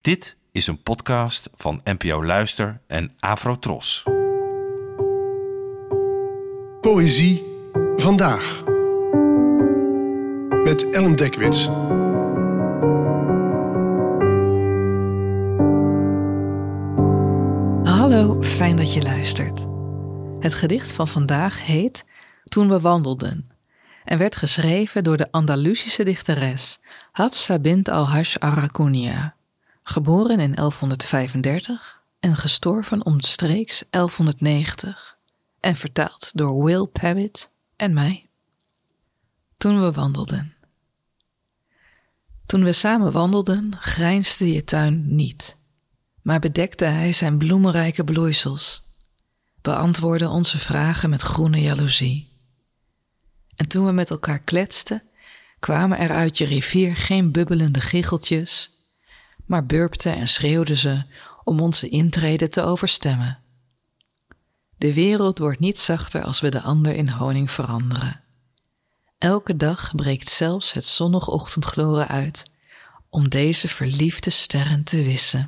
Dit is een podcast van NPO Luister en Afrotros. Poëzie vandaag. Met Ellen Dekwits. Hallo, fijn dat je luistert. Het gedicht van vandaag heet Toen we wandelden en werd geschreven door de Andalusische dichteres Hafsa bint al-Hajj Arakonia, geboren in 1135 en gestorven omstreeks 1190 en vertaald door Will Pavitt en mij. Toen we wandelden. Toen we samen wandelden, grijnsde je tuin niet, maar bedekte hij zijn bloemenrijke bloeisels, beantwoordde onze vragen met groene jaloezie. En toen we met elkaar kletsten, kwamen er uit je rivier geen bubbelende gicheltjes, maar burpten en schreeuwden ze om onze intrede te overstemmen. De wereld wordt niet zachter als we de ander in honing veranderen. Elke dag breekt zelfs het zonnig ochtendgloren uit om deze verliefde sterren te wissen.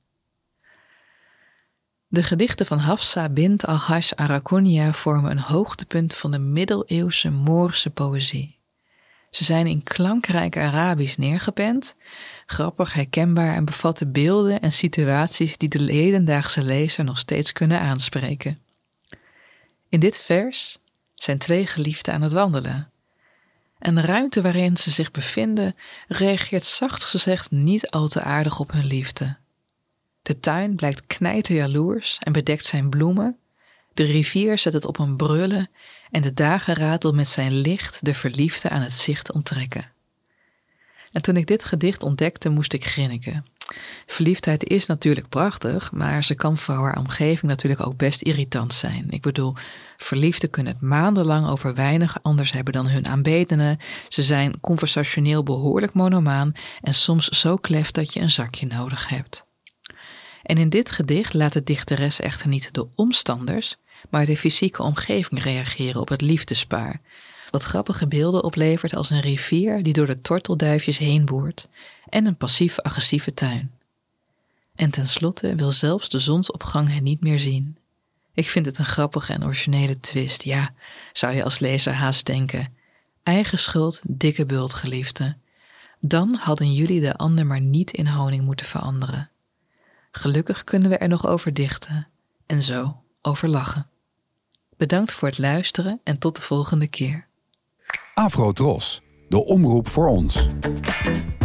De gedichten van Hafsa bint al-Hajj Arakonia vormen een hoogtepunt van de middeleeuwse Moorse poëzie. Ze zijn in klankrijk Arabisch neergepend, grappig herkenbaar en bevatten beelden en situaties die de hedendaagse lezer nog steeds kunnen aanspreken. In dit vers zijn twee geliefden aan het wandelen. En de ruimte waarin ze zich bevinden reageert zacht gezegd niet al te aardig op hun liefde. De tuin blijkt knijterjaloers en bedekt zijn bloemen. De rivier zet het op een brullen en de dageraad met zijn licht de verliefde aan het zicht onttrekken. En toen ik dit gedicht ontdekte, moest ik grinniken. Verliefdheid is natuurlijk prachtig, maar ze kan voor haar omgeving natuurlijk ook best irritant zijn. Ik bedoel, verliefden kunnen het maandenlang over weinig anders hebben dan hun aanbedenen. Ze zijn conversationeel behoorlijk monomaan en soms zo klef dat je een zakje nodig hebt. En in dit gedicht laat de dichteres echter niet de omstanders, maar de fysieke omgeving reageren op het liefdespaar, wat grappige beelden oplevert als een rivier die door de tortelduifjes heen boert en een passief-agressieve tuin. En tenslotte wil zelfs de zonsopgang hen niet meer zien. Ik vind het een grappige en originele twist. Ja, zou je als lezer haast denken. Eigen schuld, dikke bult, geliefde. Dan hadden jullie de ander maar niet in honing moeten veranderen. Gelukkig kunnen we er nog over dichten en zo over lachen. Bedankt voor het luisteren en tot de volgende keer. Afrotros, de omroep voor ons.